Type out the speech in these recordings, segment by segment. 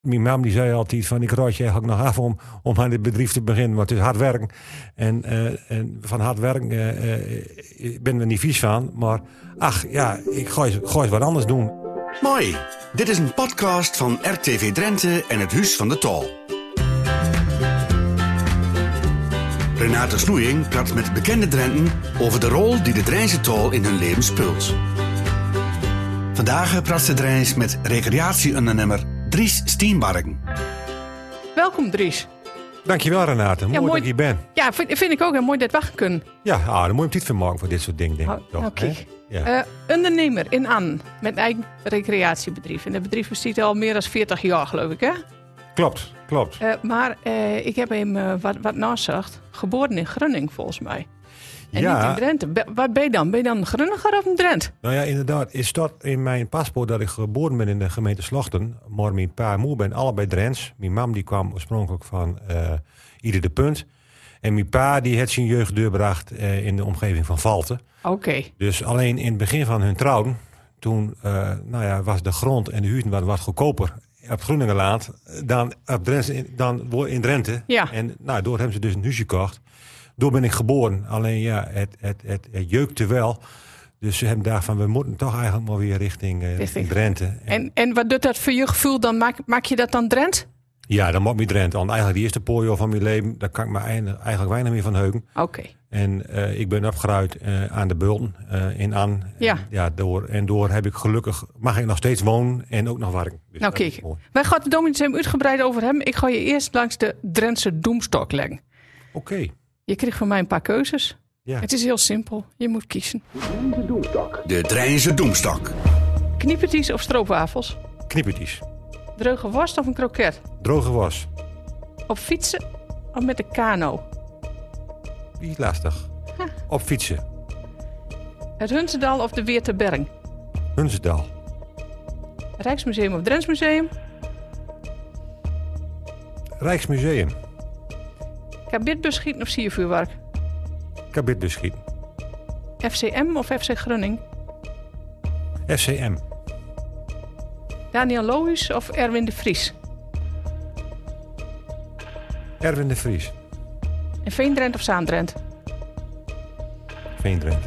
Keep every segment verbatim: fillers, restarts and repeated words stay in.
Mijn mam die zei altijd van ik raad je eigenlijk nog af om, om aan dit bedrijf te beginnen. Want het is hard werken. En, uh, en van hard werken uh, uh, ben er niet vies van. Maar ach ja, ik ga eens, ga eens wat anders doen. Mooi. Dit is een podcast van R T V Drenthe en het Huis van de Tol. Renate Snoeing praat met bekende Drenten over de rol die de Drijnse Tol in hun leven speelt. Vandaag praat ze Drijns met recreatieondernemer Dries Steenbargen. Welkom Dries. Dankjewel Renate, mooi, ja, mooi dat je hier bent. Ja, vind, vind ik ook heel mooi dat we wachten kunnen. Ja, ah, dan moet je hem niet van maken voor dit soort dingen, denk ik. Oh, toch, nou, kijk. Ja. Uh, ondernemer in An met een eigen recreatiebedrijf. En dat bedrijf bestaat al meer dan veertig jaar, geloof ik, hè? Klopt, klopt. Uh, maar uh, ik heb hem uh, wat, wat nazacht. Geboren in Groningen, volgens mij. En ja. niet in Drenthe. Be- wat ben je dan? Ben je dan een Gronninger of een Drent? Nou ja, inderdaad. Er staat in mijn paspoort dat ik geboren ben in de gemeente Slochten. Maar mijn pa en moeder ben allebei Drents. Mijn mam die kwam oorspronkelijk van uh, Ieder de Punt. En mijn pa die had zijn jeugd doorgebracht uh, in de omgeving van Valten. Oké. Okay. Dus alleen in het begin van hun trouwen, toen uh, nou ja, was de grond en de huizen wat, wat goedkoper op Groningenland dan, op Drenthe, dan in Drenthe. Ja. En nou, door hebben ze dus een huisje gekocht. Door ben ik geboren. Alleen ja, het, het, het, het jeukte wel. Dus ze hebben daar van, we moeten toch eigenlijk maar weer richting, uh, richting Drenthe. En, en, en wat doet dat voor je gevoel dan? Maak, maak je dat dan Drent? Ja, dan moet ik Drenthe. Want eigenlijk de eerste pooier van mijn leven, daar kan ik me eigenlijk weinig meer van heugen. Oké. Okay. En uh, ik ben opgeruid uh, aan de Bulten uh, in An. Ja. En, ja, door, en door heb ik gelukkig, mag ik nog steeds wonen en ook nog werken. Dus nou kijk, wij gaan het dominee uitgebreid over hem. Ik ga je eerst langs de Drentse Doemstok leggen. Oké. Okay. Je kreeg van mij een paar keuzes. Ja. Het is heel simpel. Je moet kiezen. De Doemstok. De Drijnse Doemstok. Kniepertjes of stroopwafels? Kniepertjes. Droge worst of een kroket? Droge was. Op fietsen of met de kano? Wie lastig. Huh. Op fietsen. Het Hunsendal of de Weerterberg? Hunsendal. Rijksmuseum of Drents Museum? Rijksmuseum. Kabitbus schieten of siervuurwerk? Kabitbus schieten. F C M of F C Groningen? F C M. Daniel Lohuis of Erwin de Vries? Erwin de Vries. En Veendrent of Zaandrent? Veendrent.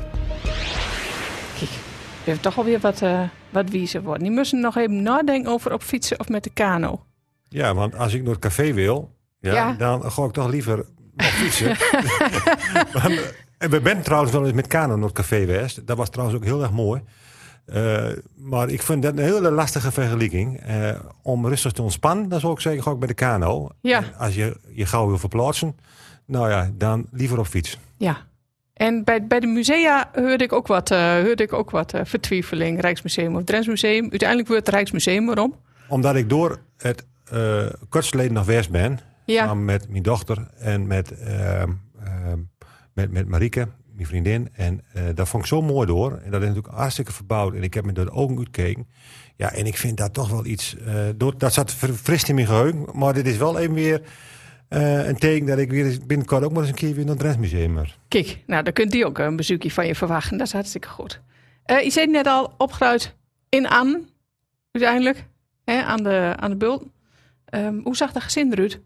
Kijk, we hebben toch alweer wat, uh, wat wiezer worden. Die moeten nog even nadenken over op fietsen of met de kano. Ja, want als ik naar het café wil, ja, ja. dan ga ik toch liever op fietsen. want, en we zijn trouwens wel eens met kano naar het café geweest. Dat was trouwens ook heel erg mooi. Uh, maar ik vind dat een hele lastige vergelijking. Uh, om rustig te ontspannen, dan zou ik zeggen, ga ik bij de kano. Ja. En als je je gauw wil verplaatsen, nou ja, dan liever op fiets. Ja. En bij, bij de musea hoorde ik ook wat, uh, hoorde ik ook wat uh, vertwijfeling. Rijksmuseum of Drents Museum. Uiteindelijk wordt het Rijksmuseum. Waarom? Omdat ik door het uh, kortsleden nog west ben. Ja. Samen met mijn dochter en met, uh, uh, met, met Marieke, mijn vriendin. En uh, dat vond ik zo mooi door. En dat is natuurlijk hartstikke verbouwd. En ik heb me door de ogen uitgekeken. Ja, en ik vind dat toch wel iets... Uh, door, dat zat verfrist in mijn geheugen. Maar dit is wel even weer uh, een teken dat ik weer binnenkort ook maar eens een keer weer naar het Drents Museum moet. Kijk, nou dan kunt die ook een bezoekje van je verwachten. Dat is hartstikke goed. Uh, je zei net al, opgeruimd in An. Uiteindelijk. Hè, aan de, aan de Bult. Um, hoe zag dat gezin eruit?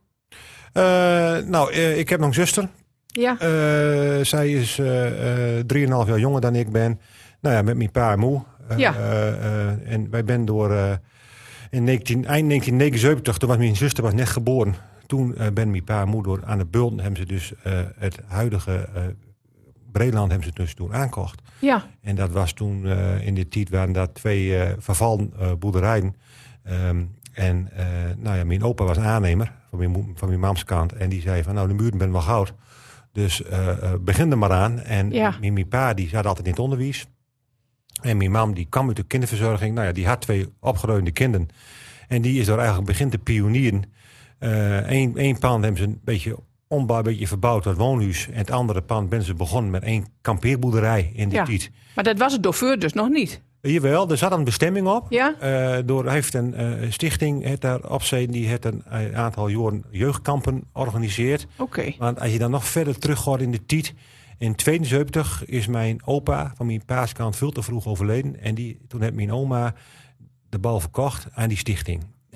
Uh, nou, uh, ik heb nog een zuster. Ja. Uh, zij is drieënhalf uh, uh, jaar jonger dan ik ben. Nou ja, met mijn pa en moe. Uh, ja. Uh, uh, en wij ben door... Uh, in negentien, eind negentien negenenzeventig, toen was mijn zuster was net geboren. Toen uh, ben mijn pa en moe door aan de Bulten hebben ze dus uh, het huidige uh, Breeland hebben ze dus toen aankocht. Ja. En dat was toen uh, in de tijd waren dat twee uh, vervallen uh, boerderijen. Um, en uh, nou ja, mijn opa was aannemer van mijn, van mijn mams kant. En die zei van nou, de muren ben wel goud. Dus uh, uh, begin er maar aan. En ja. mijn, mijn pa die zat altijd in het onderwijs. En mijn mam die kwam uit de kinderverzorging. Nou ja, die had twee opgeruimde kinderen. En die is door eigenlijk begin te pionieren. Eén uh, pand hebben ze een beetje ombouw, een beetje verbouwd tot woonhuis. En het andere pand ben ze begonnen met één kampeerboerderij in de ja. tijd. Maar dat was het door voor dus nog niet? Jawel, er zat een bestemming op. Ja? Uh, door heeft een uh, stichting het daar opzeten, die heeft een uh, aantal jaren jeugdkampen georganiseerd. Oké. Okay. Want als je dan nog verder teruggaat in de tijd. In tweeënzeventig is mijn opa van mijn paaskant veel te vroeg overleden. En die, toen heeft mijn oma de bal verkocht aan die stichting.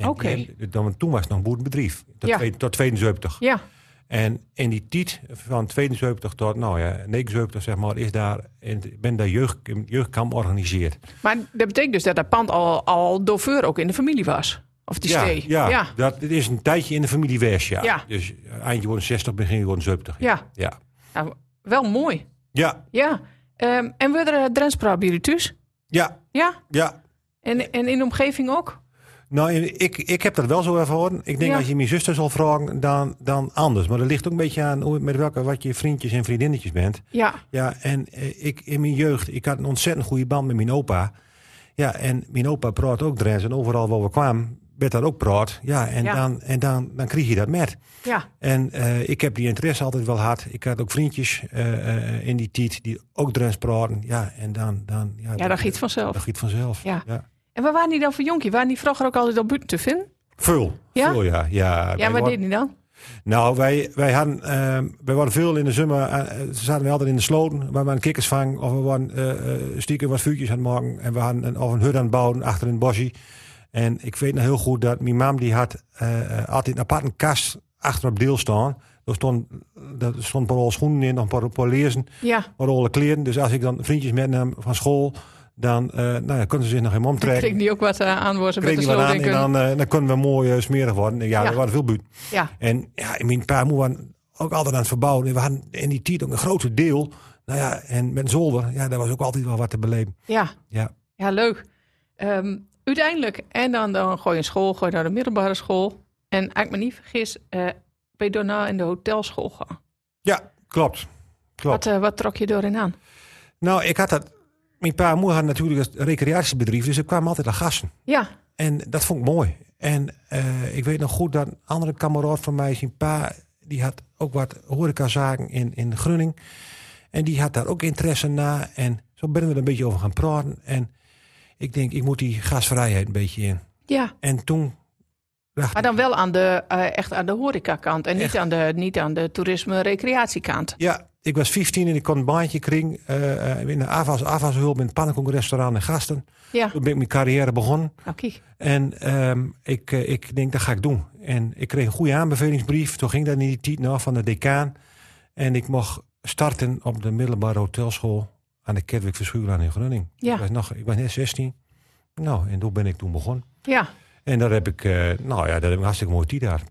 En Oké. die hebben- dan, toen was het nog een boerenbedrijf. Tot, Ja. twee- tot tweeënzeventig. Ja, En in die tijd van tweeënzeventig tot nou ja, negenenzeventig zeg maar, is daar, in, ben daar jeugd, jeugdkamp georganiseerd. maar dat betekent dus dat dat pand al, al door voor ook in de familie was. Of die Ja, stee. ja, ja. dat het is een tijdje in de familie West, ja. Ja. Dus eind jaren zestig, begin jaren zeventig. Ja. Ja. Nou, wel mooi. Ja, Ja. Ehm, en we er Drenspraat bij jullie thuis? ja, Ja. ja. En, en in de omgeving ook? Nou, ik, ik heb dat wel zo ervaren. Ik denk Ja. als je mijn zuster zal vragen, dan, dan anders. Maar dat ligt ook een beetje aan hoe, met welke wat je vriendjes en vriendinnetjes bent. Ja. Ja, en eh, ik in mijn jeugd, ik had een ontzettend goede band met mijn opa. Ja, en mijn opa praat ook Drents. En overal waar we kwamen, werd dat ook praat. Ja, en, Ja. Dan, en dan, dan kreeg je dat met. Ja. En uh, ik heb die interesse altijd wel gehad. Ik had ook vriendjes uh, uh, in die tijd die ook Drents praten. Ja, en dan... dan ja, Ja, dat giet vanzelf. Dat giet vanzelf, Ja. ja. En waar waren die dan voor jonkie? Waren die vroeger ook altijd op buiten te vinden? Veel, Ja? veel, ja. Ja, Ja, wij waar wa- deed die dan? Nou, wij, wij hadden, uh, wij waren veel in de zomer, uh, zaten we altijd in de sloten, waar we een kikkersvang, of we waren uh, uh, stiekem wat vuurtjes aan het maken, en we hadden een, of een hut aan het bouwen achter in het bosje. En ik weet nog heel goed dat mijn mam die had uh, altijd een aparte kast achter op deel staan. Er stond, er stond een paar schoenen in, nog een paar, paar lezen, Ja, een paar kleren. Dus als ik dan vriendjes metnam van school, dan uh, nou ja, konden ze zich nog helemaal kreeg omtrekken. die ook wat uh, aanworzen met Kreeg de die wat aan sloot. en dan, uh, dan konden we mooi uh, smerig worden. Ja, Ja. we waren veel buurt. Ja, En ja, mijn pa en moeder waren ook altijd aan het verbouwen. En we hadden in die tijd ook een grote deel. Nou ja, en met zolder, ja, daar was ook altijd wel wat te beleven. ja. Ja, Ja, leuk. Ehm, uiteindelijk, en dan, dan gooi je een school, gooi je naar de middelbare school. En als ik me niet vergis, uh, ben je daarna in de hotelschool gaan. ja klopt. klopt. Wat, uh, wat trok je doorin aan? Nou, ik had dat... Mijn pa en moeder hadden natuurlijk een recreatiebedrijf. Dus er kwamen altijd aan gasten. Ja, En dat vond ik mooi. En uh, ik weet nog goed dat een andere kameraad van mij, zijn pa, die had ook wat horecazaken in, in Grunning. En die had daar ook interesse na. En zo ben we er een beetje over gaan praten. En ik denk, ik moet die gastvrijheid een beetje in. ja. En toen dacht Maar ik, dan wel aan de, uh, echt aan de horecakant en niet Echt. aan de, niet aan de toerisme-recreatiekant. ja, ik was vijftien en ik kon een baantje krijgen uh, in de afwas, afwashulp in het pannenkoekenrestaurant en gasten. Ja, Toen ben ik mijn carrière begonnen. nou kijk. En um, ik, uh, ik denk, dat ga ik doen. En ik kreeg een goede aanbevelingsbrief. Toen ging dat in die tijd nog van de decaan. En ik mocht starten op de middelbare hotelschool aan de Kerkwijk Verschuurlaan in Groningen. Ja. Ik was, nog, ik was net zestien. Nou, en toen ben ik toen begonnen. Ja, En daar heb ik, uh, nou ja, dat heb ik een hartstikke mooie tijd daar.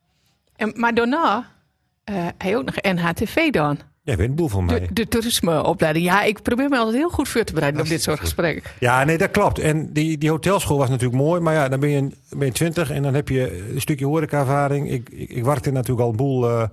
en, maar daarna uh, hij ook nog N H T V dan. Jij weet een boel van mij. De, de toerismeopleiding. Ja, ik probeer me altijd heel goed voor te bereiden op dit soort gesprekken. Ja, nee, dat klopt. En die, die hotelschool was natuurlijk mooi. Maar ja, dan ben je, ben je twintig en dan heb je een stukje horeca-ervaring. Ik, ik, ik werkte natuurlijk al een boel uh,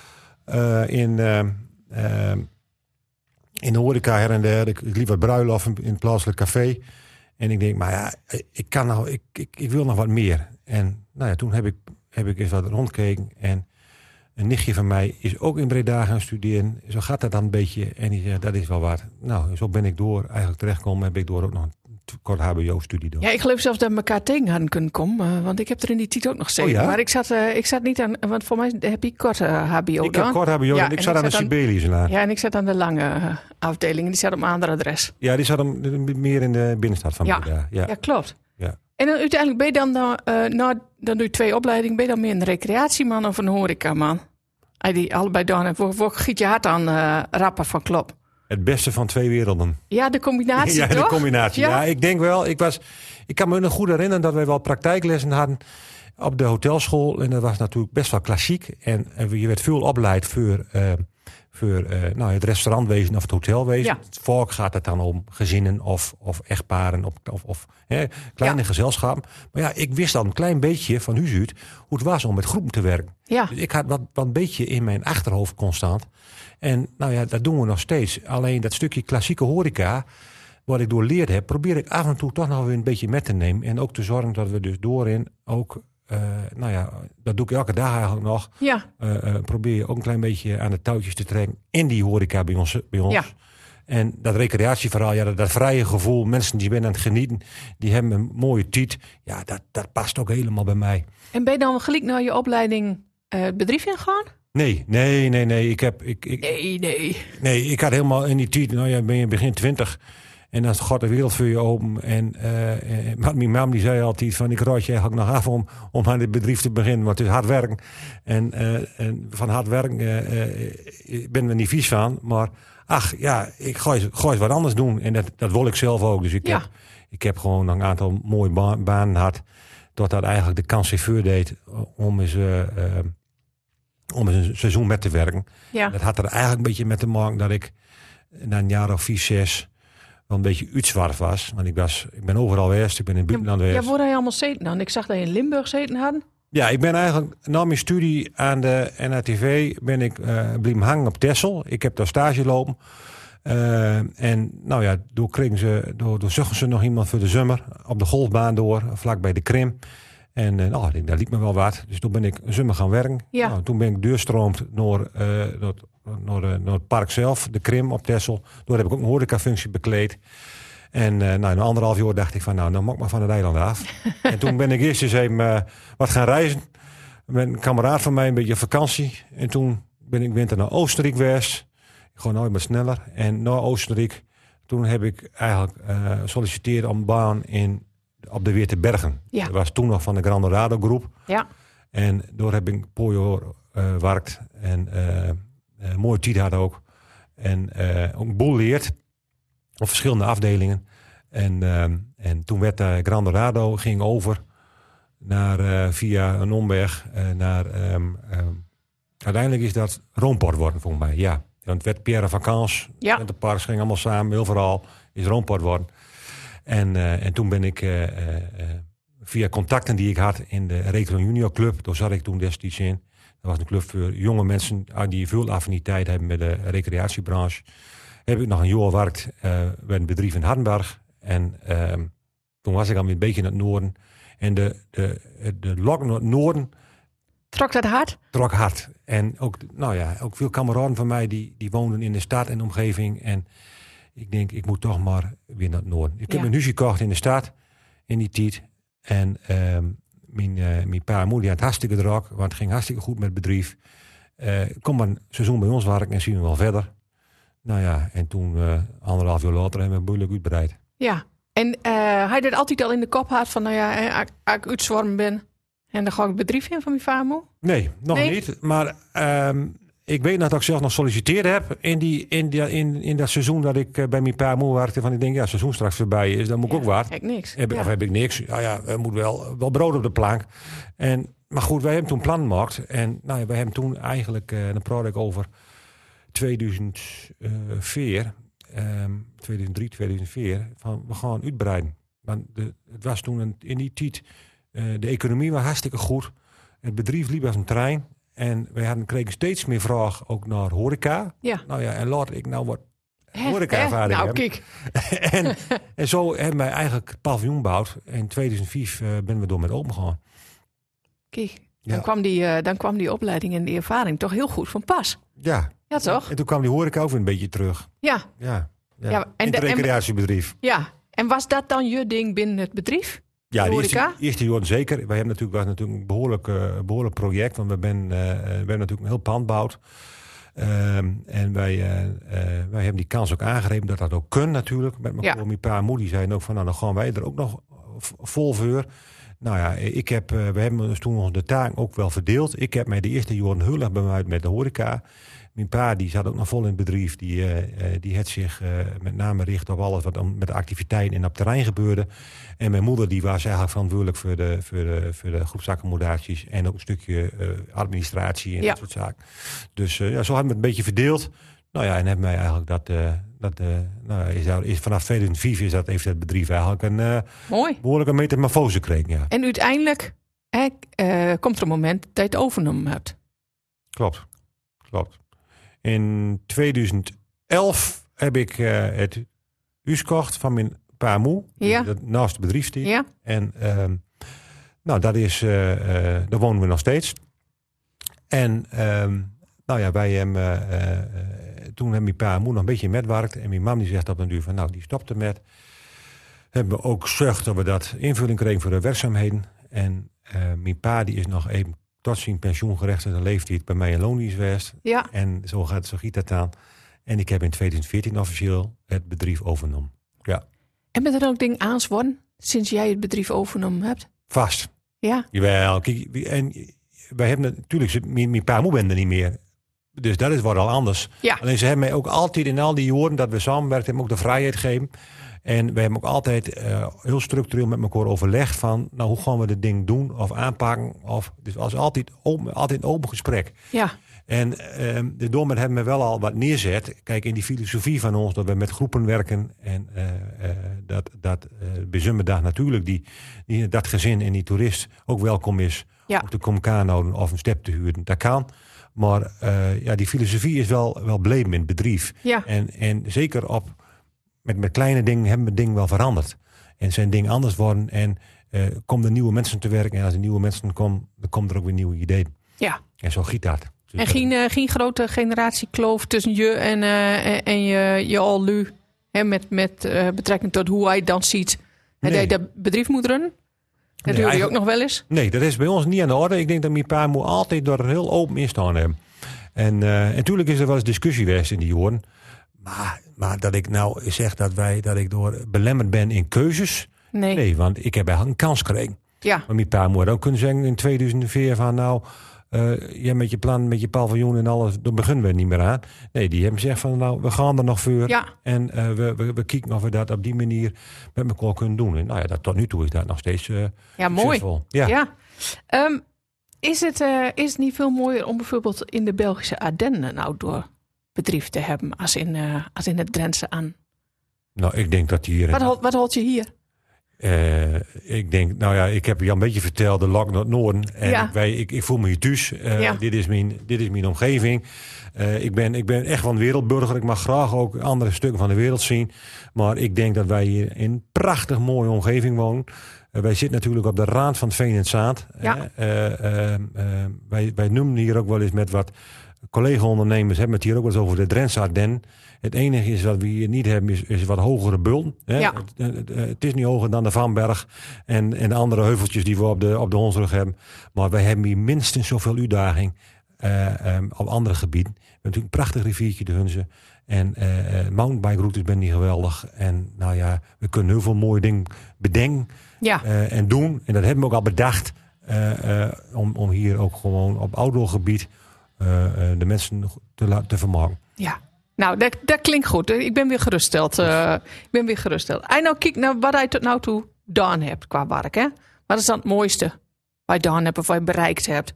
uh, in, uh, uh, in de horeca her en der. Ik, ik liep wat bruiloft in, in het plaatselijk café. En ik denk, maar ja, ik, kan nou, ik, ik, ik wil nog wat meer. En nou ja, toen heb ik, heb ik eens wat rondgekeken. En een nichtje van mij is ook in Breda gaan studeren. Zo gaat dat dan een beetje. En die zei, dat is wel wat. Nou, zo ben ik door eigenlijk terechtgekomen. Heb ik door ook nog een kort H B O-studie doen. Ja, ik geloof zelfs dat we elkaar tegen hadden kunnen komen. Uh, want ik heb er in die titel ook nog gezeten. Oh ja? Maar ik zat, uh, ik zat niet aan... Want voor mij heb ik kort uh, H B O Ik dan. heb kort H B O Ja, en ik en zat ik aan de zat aan- Sibelius aan. Ja. Ja, en ik zat aan de lange uh, afdeling. En die zat op een ander adres. die zat hem meer in de binnenstad van Ja. Breda. Ja. Ja, klopt. Ja. En dan uiteindelijk ben je dan... Uh, nou, dan doe je twee opleidingen. Ben je dan meer een recreatieman of een horecaman? Als die allebei dan hebt. Voor, voor giet je hart aan uh, rappen van klop. Het beste van twee werelden. Ja, de combinatie Ja, toch? de combinatie. Ja. Ja. ik denk wel. Ik, was, ik kan me nog goed herinneren dat wij wel praktijklessen hadden op de hotelschool. En dat was natuurlijk best wel klassiek. En, en je werd veel opgeleid voor, uh, voor uh, nou, het restaurantwezen of het hotelwezen. Ja. Vaak gaat het dan om gezinnen of, of echtparen of, of, of hè, kleine Ja. gezelschappen. Maar ja, ik wist al een klein beetje van huis uit hoe het was om met groepen te werken. Ja. Dus ik had wat, wat een beetje in mijn achterhoofd constant. En nou ja, dat doen we nog steeds. Alleen dat stukje klassieke horeca, wat ik doorleerd heb, probeer ik af en toe toch nog weer een beetje met te nemen. En ook te zorgen dat we dus doorin ook, uh, nou ja, dat doe ik elke dag eigenlijk nog. Ja. Uh, uh, probeer je ook een klein beetje aan de touwtjes te trekken in die horeca bij ons. Bij ons. Ja. En dat recreatieverhaal, ja, dat, dat vrije gevoel, mensen die zijn aan het genieten, die hebben een mooie tijd. Ja, dat, dat past ook helemaal bij mij. En ben je dan gelijk naar je opleiding uh, het bedrijf ingegaan? Nee, nee, nee, nee. Ik heb, ik, ik, Nee, nee. nee, ik had helemaal in die tijd, nou ja, ben je begin twintig. En dan gaat de wereld voor je open. En uh, mijn mam die zei altijd van ik raad je eigenlijk nog af om, om aan dit bedrijf te beginnen. Want het is hard werken. En, uh, en van hard werken uh, uh, ben er niet vies van. Maar ach ja, ik ga eens, ga eens wat anders doen. En dat, dat wil ik zelf ook. Dus ik, Ja. heb, ik heb gewoon een aantal mooie ba- banen gehad. Totdat eigenlijk de kans zich voordeed om eens, uh, uh, om eens een seizoen met te werken. Ja. Dat had er eigenlijk een beetje mee te maken dat ik na een jaar of vier, zes wel een beetje uitzwarf was. Want ik, was, ik ben overal geweest, ik ben in het buitenland Ja, geweest. waar hij allemaal zeten dan? Ik zag dat je in Limburg zeten hadden. Ja, ik ben eigenlijk na mijn studie aan de N H T V ben ik uh, blijven hangen op Texel. Ik heb daar stage lopen. Uh, en nou ja, door kregen ze, door, door zochten ze nog iemand voor de zomer op de golfbaan door, vlakbij de Krim. En uh, nou, ik denk, dat liep me wel wat. Dus toen ben ik een zomer gaan werken. Ja. Nou, toen ben ik deurstroomd naar, uh, naar, naar, uh, naar het park zelf, de Krim op Texel. Daar heb ik ook een horecafunctie bekleed. En uh, nou, na anderhalf jaar dacht ik van, nou, dan mag ik maar van het eiland af. En toen ben ik eerst eens even uh, wat gaan reizen. Met een kameraad van mij, een beetje op vakantie. En toen ben ik winter naar Oostenrijk geweest. Gewoon nooit maar sneller. En na Oostenrijk, toen heb ik eigenlijk uh, solliciteerd om een baan in, op de Weerterbergen. Ja. Dat was toen nog van de Grande Rado groep. Ja. En daar heb ik een paar jaar uh, gewerkt. En uh, uh, mooie tijd had ook. En uh, ook een boel leerd. Op verschillende afdelingen. En, uh, en toen werd uh, Grande Rado ging over naar, uh, via een omweg uh, naar... Um, um, uiteindelijk is dat Roomport worden, volgens mij, ja. Want het werd Pierre Vacances. Ja. En de parks gingen allemaal samen, heel vooral is Roomport worden. En, uh, en toen ben ik uh, uh, via contacten die ik had in de Recreon Junior Club, daar zat ik toen destijds in. Dat was een club voor jonge mensen die veel affiniteit hebben met de recreatiebranche. Heb ik nog een jaar gewerkt uh, bij een bedrijf in Hardenberg. En uh, toen was ik al een beetje in het noorden. En de, de, de lok naar het noorden Trok dat hard? trok hard. En ook, nou ja, ook veel kameraden van mij die, die woonden in de stad en de omgeving. En ik denk, ik moet toch maar weer naar het noorden. Ik Ja. heb een huisje gekocht in de stad in die tijd. En uh, mijn, uh, mijn pa en moeder had het hartstikke druk, want het ging hartstikke goed met het bedrijf. Uh, kom maar een seizoen bij ons werken en zien we wel verder. Nou ja, en toen uh, anderhalf jaar later hebben we moeilijk uitbreid. Ja. En uh, hij dit altijd al in de kop had van, nou ja, hè, als als ik uitzwormen ben en dan ga ik het bedrijf in van mijn vader. Nee, nog Nee? niet. Maar um, ik weet nog dat ik zelf nog solliciteerd heb in, die, in, die, in, in dat seizoen dat ik uh, bij mijn pa moe werkte. Van ik denk, ja, het seizoen straks voorbij is, dan moet ik ook wat. Kijk, niks. Heb, Ja. Of heb ik niks? Ja, ja, er moet wel, wel brood op de plank. En, maar goed, wij hebben toen plan gemaakt. En nou ja, wij hebben toen eigenlijk, uh, dan praat ik over tweeduizend vier, um, tweeduizend drie, tweeduizend vier, van we gaan uitbreiden. Want de, het was toen een, in die tijd, uh, de economie was hartstikke goed. Het bedrijf liep als een trein. En wij hadden, kregen steeds meer vraag ook naar horeca. Ja. Nou ja, en laat ik nou wat Hè, horeca-ervaring hè? Nou, hebben. kijk. en, en zo hebben wij eigenlijk het paviljoen gebouwd. In tweeduizend vijf uh, ben we door met open gegaan. Kijk. Ja. Dan, kwam die, uh, dan kwam die opleiding en die ervaring toch heel goed van pas. Ja. Ja, toch? En toen kwam die horeca ook weer een beetje terug. Ja. Ja. Ja. Ja, en in de- het en- recreatiebedrijf. Ja. En was dat dan je ding binnen het bedrijf? Ja, de horeca? eerste, eerste jaren zeker. Wij hebben natuurlijk, was natuurlijk een behoorlijk, uh, behoorlijk project. Want we, ben, uh, we hebben natuurlijk een heel pand gebouwd. Um, en wij, uh, uh, wij hebben die kans ook aangegrepen dat dat ook kan natuurlijk. Met mijn, Ja. mijn pa en moeder zeiden ook van, nou dan gaan wij er ook nog v- vol voor. Nou ja, ik heb, uh, we hebben dus toen ons de taak ook wel verdeeld. Ik heb mij de eerste jaren heel erg bemoeid met de horeca. Mijn pa die zat ook nog vol in het bedrijf. Die, uh, uh, die had zich uh, met name richt op alles wat dan met de activiteiten en op het terrein gebeurde. En mijn moeder die was eigenlijk verantwoordelijk voor de, voor de, voor de groepsaccommodaties. En ook een stukje uh, administratie en Ja. dat soort zaken. Dus uh, ja, zo hebben we het een beetje verdeeld. Nou ja, en hebben wij eigenlijk dat... Uh, dat uh, nou, is daar, is, vanaf tweeduizend vijf is dat, heeft het bedrijf eigenlijk een uh, Mooi. behoorlijke metamorfose gekregen. Ja, En uiteindelijk hè, uh, komt er een moment dat je het overgenomen hebt. klopt. Klopt. In tweeduizend elf heb ik uh, het huis gekocht van mijn pa en moe. Ja. Dat naast het bedrijf stiet. Ja? En um, nou, dat is, uh, uh, daar wonen we nog steeds. En um, nou ja, wij hebben, uh, uh, toen hebben mijn pa en moe nog een beetje metwerkt. En mijn mam die zegt op een duur van, nou, die stopte met. Hebben we ook gezorgd dat we dat invulling kregen voor de werkzaamheden. En uh, mijn pa die is nog even tot zijn pensioengerechtigde leeftijd bij mij in loondienst geweest. Ja. En zo gaat zo giet dat aan. En ik heb in tweeduizend veertien officieel het bedrijf overgenomen. Ja. En ben er ook dingen aanzworden sinds jij het bedrijf overgenomen hebt? Vast. Ja. Jawel, kijk, en wij hebben natuurlijk, mijn, mijn pa moe ben er niet meer. Dus dat is wat al anders. Ja. Alleen ze hebben mij ook altijd in al die jaren dat we samenwerken, hebben ook de vrijheid gegeven. En we hebben ook altijd uh, heel structureel met elkaar overlegd van, nou, hoe gaan we dit ding doen of aanpakken? Of, dus als altijd, open, altijd een open gesprek. Ja. En uh, de doormen hebben we wel al wat neerzet. Kijk, in die filosofie van ons, dat we met groepen werken. En uh, uh, dat, dat uh, bij Zummerdag natuurlijk die, die, dat gezin en die toerist ook welkom is. Ja. Om te komen aanhouden of een step te huren. Dat kan. Maar uh, ja, die filosofie is wel, wel bleven in het bedrijf. Ja. En, en zeker op, met, met kleine dingen hebben we dingen wel veranderd. En zijn dingen anders worden. En uh, komen er nieuwe mensen te werken. En als er nieuwe mensen komen, dan komen er ook weer nieuwe ideeën. Ja. En zo giet dat. Dus en geen, uh, geen grote generatiekloof tussen je en, uh, en, en je, je allu. Hè, met met uh, betrekking tot hoe hij het dan ziet. Nee. Dat je dat bedrijf moet runnen. Dat Nee, doe je ook nog wel eens? Nee, dat is bij ons niet aan de orde. Ik denk dat mijn pa moet altijd er heel open in staan hebben. En, uh, en natuurlijk is er wel eens discussie geweest in die jaren. Maar, maar dat ik nou zeg dat, wij, dat ik door belemmerd ben in keuzes. Nee. Nee, want ik heb eigenlijk een kans gekregen. Ja. Maar mijn pa moet ook kunnen zeggen in tweeduizend vier van nou... Uh, ja, met je plan, met je paviljoen en alles, daar beginnen we niet meer aan. Nee, die hebben gezegd van nou, we gaan er nog voor. Ja. En uh, we, we, we kijken of we dat op die manier met elkaar kunnen doen. En nou ja, dat, tot nu toe is dat nog steeds uh, Ja, mooi. succesvol. Ja. Ja. Um, is, het, uh, is het niet veel mooier om bijvoorbeeld in de Belgische Ardennen een outdoor bedrijf te hebben als in, uh, als in het Drentse aan? Nou, ik denk dat hier... Wat, wat holt je hier? Uh, ik denk, nou ja, ik heb je al een beetje verteld, de Lok naar het Noorden. En Ja. wij, ik, ik voel me hier thuis. Uh, Ja. dit, is mijn, dit is mijn omgeving. Uh, ik, ben, ik ben echt van wereldburger. Ik mag graag ook andere stukken van de wereld zien. Maar ik denk dat wij hier in een prachtig mooie omgeving wonen. Uh, wij zitten natuurlijk op de rand van het Veen en het Zaad. Ja. Uh, uh, uh, wij, wij noemen hier ook wel eens met wat collega-ondernemers, hebben het hier ook wel eens over de Drentse Ardennen. Het enige is wat we hier niet hebben, is, is wat hogere bulten. Hè? Ja. Het, het, het is niet hoger dan de Vanberg en, en de andere heuveltjes die we op de, op de Hondsrug hebben. Maar wij hebben hier minstens zoveel uitdaging uh, um, op andere gebieden. We hebben natuurlijk een prachtig riviertje, de Hunze. En uh, mountainbike routes ben die geweldig. En nou ja, we kunnen heel veel mooie dingen bedenken Ja. uh, en doen. En dat hebben we ook al bedacht. Uh, uh, om, om hier ook gewoon op outdoor gebied uh, uh, de mensen te, la- te vermaken. Ja. Nou, dat, dat klinkt goed. Ik ben weer geruststeld. Uh, ik ben weer geruststeld. En nou kijk naar wat hij tot nu toe gedaan hebt qua werk. Hè? Wat is dan het mooiste wat je gedaan hebt of wat je bereikt hebt?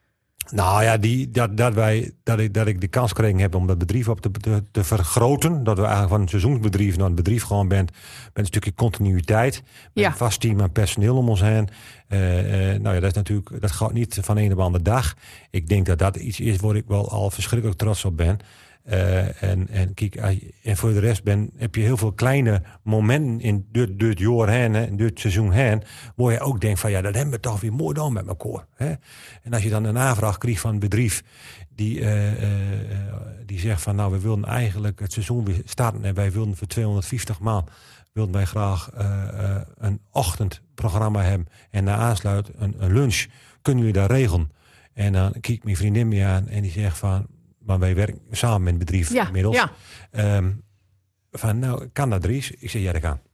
Nou ja, die, dat, dat, wij, dat, ik, dat ik de kans gekregen heb om dat bedrijf op te, te, te vergroten. Dat we eigenlijk van een seizoensbedrijf naar een bedrijf gewoon bent. Met een stukje continuïteit. Met Ja. een vast team aan personeel om ons heen. Uh, uh, nou ja, dat is natuurlijk, dat gaat niet van een op de andere dag. Ik denk dat dat iets is waar ik wel al verschrikkelijk trots op ben. Uh, en, en, kijk, en voor de rest ben, heb je heel veel kleine momenten in dit, dit jaar heen, hè, in dit seizoen heen, waar je ook denkt van ja, dat hebben we toch weer mooi dan met elkaar. Hè? En als je dan een aanvraag krijgt van een bedrijf die, uh, uh, die zegt van nou, we willen eigenlijk het seizoen weer starten en wij willen voor tweehonderdvijftig man wilden wij graag uh, uh, een ochtendprogramma hebben en na aansluit een, een lunch. Kunnen jullie dat regelen? En dan kijkt mijn vriendin me aan en die zegt van maar wij werken samen met het bedrijf Ja, inmiddels. ja. Um, van, nou, kan dat, Dries? Ik zeg, ja, dat kan.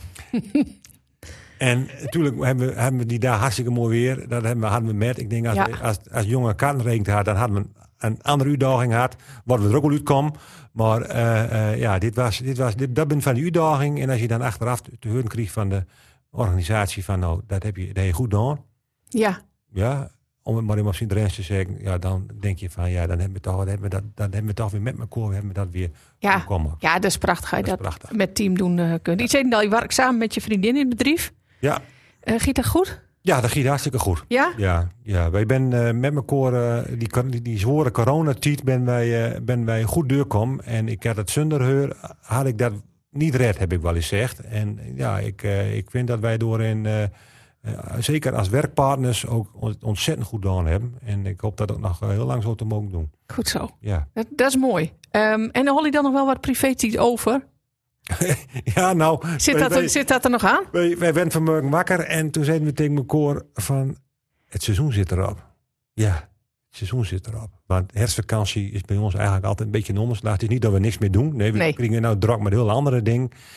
En natuurlijk hebben we, hebben we die daar hartstikke mooi weer. Dat hebben we, hadden we met. Ik denk, als, Ja. we, als, als jonge kaarten rekent had, dan hadden we een, een andere uitdaging gehad. Wat we er ook al uitkomen. Maar uh, uh, ja, dit was, dit was, dit, dat ben van de uitdaging. En als je dan achteraf te horen kreeg van de organisatie van, nou, dat heb je, dat heb je goed gedaan. Ja. Ja, om het maar in op zijn Drents te zeggen, ja, dan denk je van ja, dan hebben we toch, dan hebben we dat, dan hebben we toch weer met elkaar, hebben we dat weer Ja. komen. Ja, dat is prachtig. Dat je Dat dat, is prachtig. met team doen uh, kunt. Ik zei al, je werkt samen met je vriendin in het bedrijf. Ja, Uh, giet dat goed? ja, dat gaat hartstikke goed. Ja? Ja, ja, wij ben uh, met elkaar uh, die, die, die zware coronatijd ben wij, uh, ben wij goed doorkom. En ik had het zonder haar, had ik dat niet red, heb ik wel eens gezegd. En ja, ik, uh, ik vind dat wij doorin, uh, uh, zeker als werkpartners, ook ontzettend goed gedaan hebben. En ik hoop dat ook nog heel lang zo te mogen doen. Goed zo. Ja. Dat, dat is mooi. Um, en dan hol je dan nog wel wat privé-tijd over? Ja, nou... Zit, wij, dat er, wij, zit dat er nog aan? wij, wij werden vanmorgen wakker en toen zeiden we tegen elkaar van... Het seizoen zit erop. Ja, het seizoen zit erop. Want herfstvakantie is bij ons eigenlijk altijd een beetje een omslag. Het is niet dat we niks meer doen. Nee, we Nee. krijgen nou druk met heel andere dingen.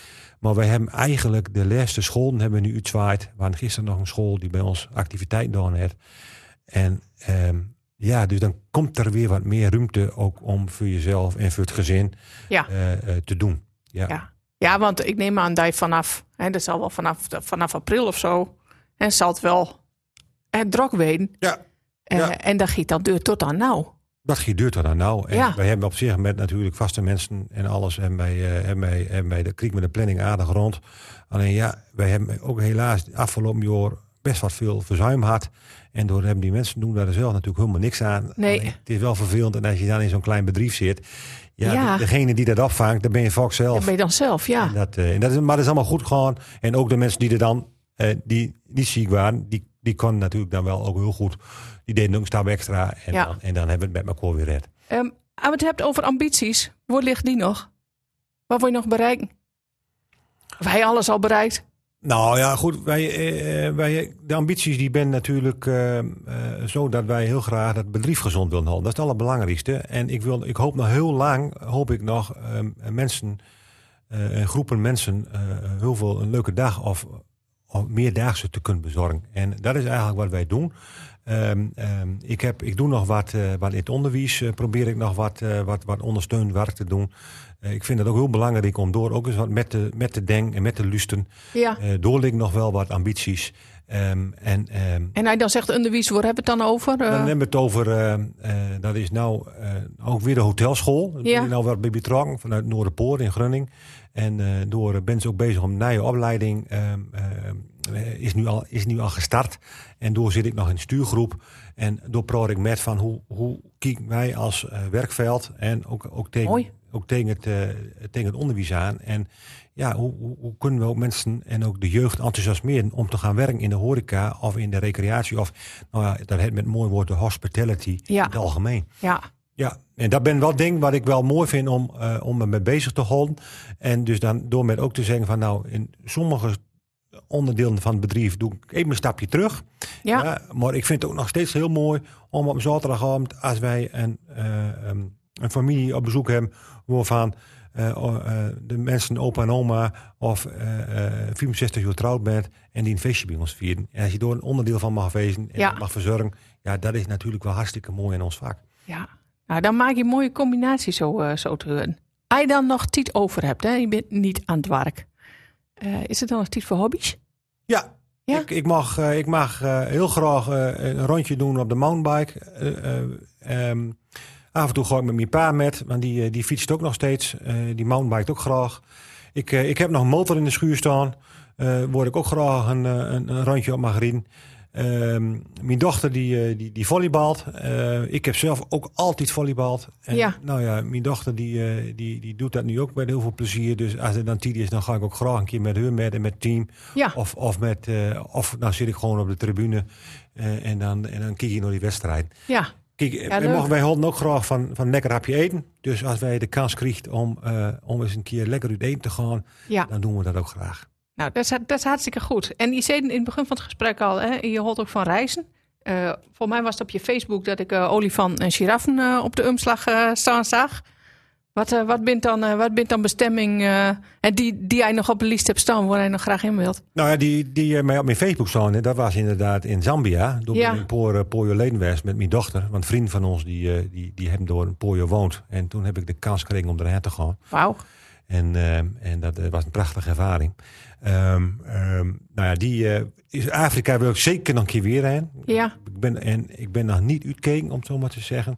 Maar wij hebben eigenlijk de laatste scholen hebben we nu uitzwaaid. We hadden gisteren nog een school die bij ons activiteit doen heeft. En um, ja, dus dan komt er weer wat meer ruimte ook om voor jezelf en voor het gezin Ja. uh, uh, te doen. Ja. Ja. ja, want ik neem aan dat je vanaf, hè, dat zal wel vanaf, vanaf april of zo, en zal het wel het druk weten. Ja. Uh, Ja. En dat gaat dan deur tot aan nou. Dat gebeurt er dan nou. En Ja. wij hebben op zich met natuurlijk vaste mensen en alles. En wij, uh, hebben wij, hebben wij de kriek met de planning aardig rond. Alleen ja, wij hebben ook helaas het afgelopen jaar best wat veel verzuim gehad. En door hebben die mensen doen daar zelf natuurlijk helemaal niks aan. Nee. Alleen, het is wel vervelend. En als je dan in zo'n klein bedrijf zit. Ja, Ja. De, degene die dat opvangt, dan ben je vaak zelf. Dat ben je dan zelf, ja. En dat, uh, en dat is, maar dat is allemaal goed gegaan. En ook de mensen die er dan, uh, die niet ziek waren, die, die konden natuurlijk dan wel ook heel goed. Die deden ook een stap extra. En, Ja. dan, en dan hebben we het met elkaar weer red. Um, als we het hebt over ambities, waar ligt die nog? Wat wil je nog bereiken? Of hij alles al bereikt? Nou ja, goed. Wij, eh, wij, de ambities die ben natuurlijk uh, uh, zo dat wij heel graag het bedrijf gezond willen houden. Dat is het allerbelangrijkste. En ik, wil, ik hoop nog heel lang, hoop ik nog, uh, mensen, uh, groepen mensen, uh, heel veel een leuke dag of, of meerdaagse te kunnen bezorgen. En dat is eigenlijk wat wij doen. Um, um, ik, heb, ik doe nog wat, uh, wat in het onderwijs. Uh, probeer ik nog wat, uh, wat, wat ondersteunend werk te doen. Uh, ik vind het ook heel belangrijk om door ook eens wat met te, met te denken en met te lusten. Ja. Uh, door ligt nog wel wat ambities. Um, en, um, En hij dan zegt onderwijs, waar hebben we het dan over? Uh, dan hebben we het over, uh, uh, dat is nou uh, ook weer de hotelschool. Daar Ja. ben ik nou wat bij betrokken vanuit Noorderpoort in Groningen. En uh, door uh, ben ze ook bezig om een nieuwe opleiding. Um, uh, is, nu al, is nu al gestart. En door zit ik nog in de stuurgroep. En door praat ik met van hoe, hoe kijken wij als uh, werkveld. En ook, ook, tegen, ook tegen, het, uh, tegen het onderwijs aan. En ja, hoe, hoe, hoe kunnen we ook mensen en ook de jeugd enthousiasmeren om te gaan werken in de horeca of in de recreatie. Of nou ja, dat heet met een mooi woord de hospitality Ja. in het algemeen. ja. Ja, en dat ben wel ding wat ik wel mooi vind om, uh, om me mee bezig te houden. En dus dan door met ook te zeggen van nou, in sommige onderdelen van het bedrijf doe ik even een stapje terug. Ja. Ja, maar ik vind het ook nog steeds heel mooi om op zaterdagavond, als wij een, uh, um, een familie op bezoek hebben, waarvan uh, uh, de mensen, opa en oma of uh, uh, vierenzestig jaar trouwd bent en die een feestje bij ons vieren. En als je door een onderdeel van mag wezen en Ja. mag verzorgen, ja, dat is natuurlijk wel hartstikke mooi in ons vak. Ja, nou, dan maak je een mooie combinatie zo, uh, zo te horen. Als je dan nog tijd over hebt, hè, je bent niet aan het werk. Uh, is het dan nog tijd voor hobby's? Ja, Ja? Ik, ik mag, uh, ik mag uh, heel graag uh, een rondje doen op de mountainbike. Uh, uh, um, af en toe ga ik met mijn pa met, want die, uh, die fietst ook nog steeds. Uh, die mountainbike ook graag. Ik, uh, ik heb nog een motor in de schuur staan. Uh, waar ik ook graag een, een, een rondje op mag rijden. Um, mijn dochter die, die, die volleybalt. Uh, ik heb zelf ook altijd volleybald. En, Ja. Nou ja, mijn dochter die, uh, die, die doet dat nu ook met heel veel plezier. Dus als er dan tijd is, dan ga ik ook graag een keer met haar met en met het team. Ja. Of, of, met, uh, of dan zit ik gewoon op de tribune uh, en, dan, en dan kijk je naar die wedstrijd. Ja. Kijk, Ja, wij, leuk. mogen, wij houden ook graag van, van lekker hapje eten. Dus als wij de kans krijgen om, uh, om eens een keer lekker uit eten te gaan, Ja. dan doen we dat ook graag. Nou, dat is, dat is hartstikke goed. En je zei in het begin van het gesprek al, hè, je hoort ook van reizen. Uh, voor mij was het op je Facebook dat ik uh, olifant en giraffen uh, op de omslag uh, staan zag. Wat, uh, wat bent dan, uh, wat bent dan bestemming uh, en die, die jij nog op de lijst hebt staan, waar jij nog graag in wilt? Nou ja, die, die uh, mij op mijn Facebook staan, hè, dat was inderdaad in Zambia. Door Ja. een paar uh, pooie leden was met mijn dochter. Want vrienden van ons, die, uh, die, die hebben door een pooie woont. En toen heb ik de kans gekregen om erheen te gaan. Wauw. En, uh, en dat uh, was een prachtige ervaring. Um, um, nou ja, die uh, is Afrika wil ik zeker nog een keer weer heen. Ja. Ik ben, en ik ben nog niet uitgekeken, om het zo maar te zeggen.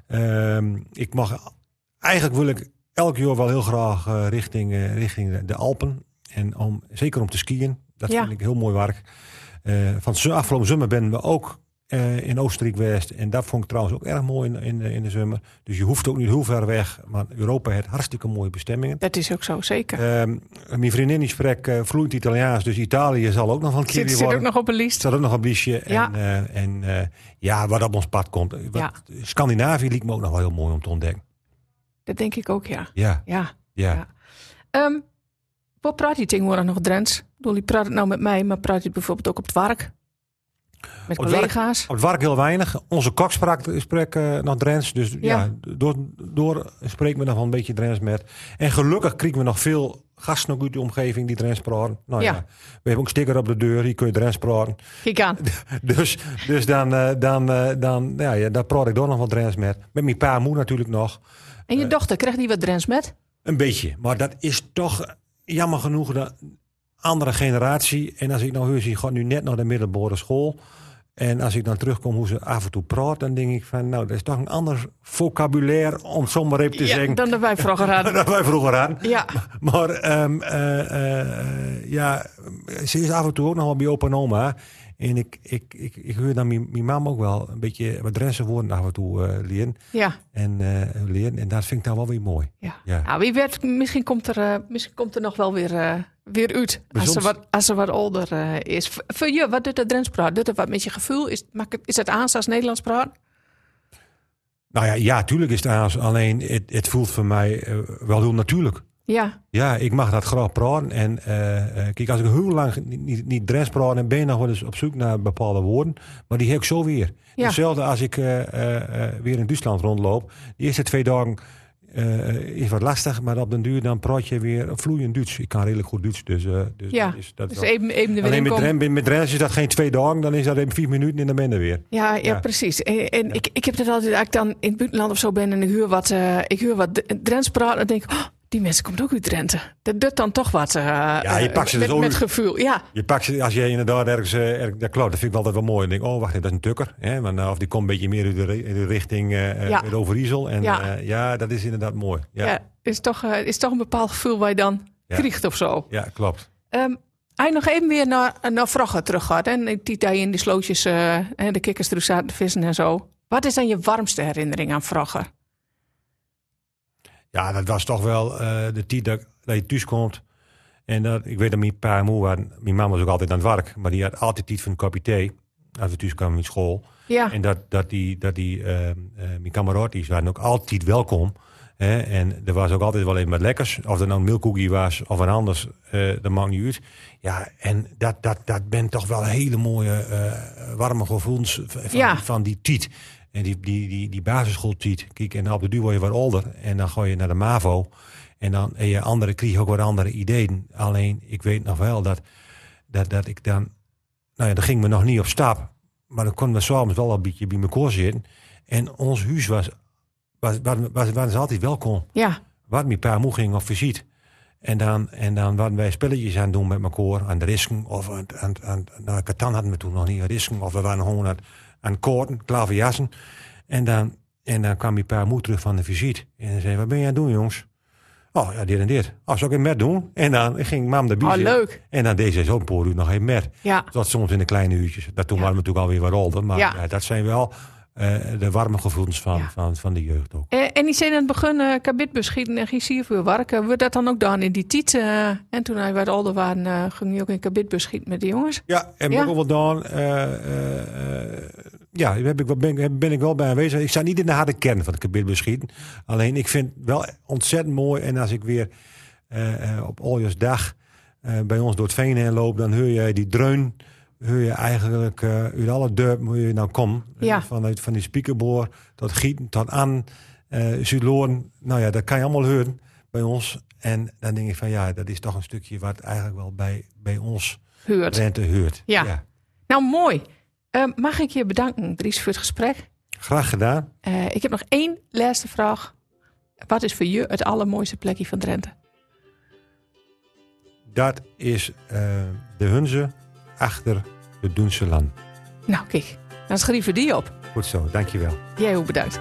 Um, ik mag, eigenlijk wil ik elk jaar wel heel graag uh, richting, uh, richting de Alpen. En om, zeker om te skiën. Dat Ja. vind ik heel mooi werk. Uh, van z- afgelopen zomer ben we ook uh, in Oostenrijk geweest. En dat vond ik trouwens ook erg mooi in, in, in de zomer. Dus je hoeft ook niet heel ver weg. Maar Europa heeft hartstikke mooie bestemmingen. Dat is ook zo, zeker. Um, mijn vriendin die spreekt uh, vloeiend Italiaans. Dus Italië zal ook nog van een keer Zit, weer zit ook worden. nog op een lijst. Staat ook nog op liedje. Ja. En, uh, en uh, ja, wat op ons pad komt. Wat, Ja. Scandinavië liet me ook nog wel heel mooi om te ontdekken. Dat denk ik ook, ja. Ja, Ja. ja. Ja. Um, wat praat je tegenwoordig nog Drents? Ik bedoel, je praat het nou met mij, maar praat je het bijvoorbeeld ook op het werk? Met Op het werk- collega's? Op het werk heel weinig. Onze kok sprak, sprak uh, nog Drents. Dus ja, Ja. door, door spreken we nog wel een beetje Drents met. En gelukkig krijgen we nog veel gasten uit de omgeving die Drents praten. Nou ja. Ja. We hebben ook een sticker op de deur, hier kun je Drents praten. Kijk aan. Dus, dus dan, uh, dan, uh, dan ja, ja, daar praat ik door nog wat Drents met. Met mijn pa en moe natuurlijk nog. En je dochter, krijgt die wat Drents met? Een beetje. Maar dat is toch jammer genoeg de andere generatie. En als ik nou hoor, zie, gaat nu net naar de middelbare school. En als ik dan terugkom hoe ze af en toe praat, dan denk ik van, nou, dat is toch een ander vocabulaire, om het zomaar even te Ja, zeggen. dan dat wij vroeger hadden. Dan wij vroeger aan. Ja. Maar um, uh, uh, ja, ze is af en toe ook nog wel bij opa en oma. En ik, ik, ik, ik hoor dan mijn, mijn mam ook wel een beetje wat Drentse woorden af en toe uh, leren. Ja. En, uh, leren. En dat vind ik dan wel weer mooi. Ja. Ja. Nou, wie weet, misschien komt er, uh, misschien komt er nog wel weer, uh, weer uit. Als ze, wat, als ze wat ouder uh, is. V- voor je, wat doet dat Drents praat? Doet dat wat met je gevoel? Is, maakt het, is het aans als Nederlands praat? Nou ja, ja, tuurlijk is het aans. Alleen, het, het voelt voor mij uh, wel heel natuurlijk. Ja. Ja, ik mag dat graag praten. En uh, uh, kijk, als ik heel lang niet, niet, niet Drents praat, dan ben je nog wel eens op zoek naar bepaalde woorden. Maar die heb ik zo weer. Ja. Hetzelfde als ik uh, uh, uh, weer in Duitsland rondloop. De eerste twee dagen uh, is wat lastig, maar op den duur dan praat je weer vloeiend Duits. Ik kan redelijk goed Duits, dus, uh, dus Ja, dat is dat dus wel. even, even de Alleen met, inkomen. Dren, met Drents is dat geen twee dagen, dan is dat even vier minuten en dan ben je er weer. Ja, ja, Ja. precies. En, en ik, ik heb het altijd, als ik dan in het buitenland of zo ben en ik huur wat, uh, ik huur wat Drents praten, dan denk ik, oh, die mensen komen ook uit Drenthe. Dat doet dan toch wat uh, Ja, je pakt ze met, dus ook- met gevoel. Ja, Je pakt ze, als je inderdaad ergens, uh, ergens dat klopt, dat vind ik altijd wel mooi. Dan denk ik, oh wacht, dat is een tukker. Hè? Want, uh, of die komt een beetje meer uit de, ri- in de richting uh, Ja. uit Overijssel. En Ja. ja. Uh, ja, dat is inderdaad mooi. Ja, ja. ja. is, toch, uh, is toch een bepaald gevoel waar je dan Ja. krijgt of zo. klopt. Um, Als je nog even weer naar, naar vragen terug gaat. En die tijd in die slootjes, uh, de kikkers er zaten te vissen en zo. Wat is dan je warmste herinnering aan vragen? Ja, dat was toch wel uh, de tijd dat, dat je thuis komt. En dat, ik weet dat mijn pa en moe waren. Mijn mama was ook altijd aan het werk. Maar die had altijd tijd voor een kopje thee. Als we thuis kwamen in school. Ja, En dat, dat die, dat die uh, uh, mijn kameraden waren ook altijd welkom. Hè? En er was ook altijd wel even wat lekkers. Of er nou een milkcookie was of een anders, uh, dat maakt niet uit. Ja, en dat, dat, dat bent toch wel hele mooie, uh, warme gevoelens van, Ja. van die tijd. En die, die, die, die basisschooltijd. Kijk, en op de duur word je wat ouder. En dan ga je naar de MAVO. En dan en je anderen krijgen ook wat andere ideeën. Alleen, ik weet nog wel dat, dat, dat ik dan... Nou ja, dan ging me nog niet op stap. Maar dan konden we s'avonds wel een beetje bij elkaar zitten. En ons huis was... was, was, was, waren ze altijd welkom. ja, Wat mijn pa moe ging op visite. En dan, en dan waren wij spelletjes aan het doen met elkaar. Aan de risken. Of aan, aan, aan, nou, Catan hadden we toen nog niet aan risken. Of we waren gewoon aan, aan koorden, klaverjassen. En dan, en dan kwam mijn pa moe terug van de visite. En hij zei, wat ben je aan het doen, jongens? Oh, ja, dit en dit. Oh, zal ik hem met doen? En dan ging mam de oh biezen. leuk. En dan deed ze zo'n paar uur nog even met. Ja, Dat soms in de kleine uurtjes. Dat toen Ja. waren we natuurlijk alweer wat ouder. Maar Ja. ja, dat zijn wel uh, de warme gevoelens van, Ja. van, van de jeugd ook. en, en die zijn aan het begin uh, kabit beschieten en geen voor werken. We dat dan ook dan in die tijd. Uh, en toen wij wat ouder waren, uh, ging je ook in kabit beschieten met de jongens. Ja, en Ja. ook wel gedaan. Uh, uh, uh, ja, daar heb ik, wel- ben, ben ik wel bij aanwezig. Ik sta niet in de harde kern van het kabit beschieten. Alleen ik vind het wel ontzettend mooi. En als ik weer uh, uh, op Oljasdag uh, bij ons door het veen heen loop, dan hoor je die dreun. Hoor je eigenlijk uh, uit alle dorp moet je nou komen. Ja. Uh, vanuit van die spiekerboor tot Gieten, tot aan uh, Zuidloorn. Nou ja, dat kan je allemaal horen bij ons. En dan denk ik van ja, dat is toch een stukje wat eigenlijk wel bij, bij ons Huurt. rente hoort. Ja. Nou, mooi. Uh, mag ik je bedanken, Dries, voor het gesprek? Graag gedaan. Uh, ik heb nog één laatste vraag. Wat is voor je het allermooiste plekje van Drenthe? Dat is uh, de Hunze achter de Doense Land. Nou, kijk. Dan schrijven die op. Goed zo, dankjewel. Jij ook bedankt.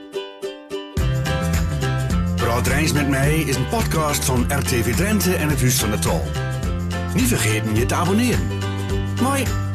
Praat Rijns met mij is een podcast van R T V Drenthe en het Huis van de Tol. Niet vergeten je te abonneren. Mooi.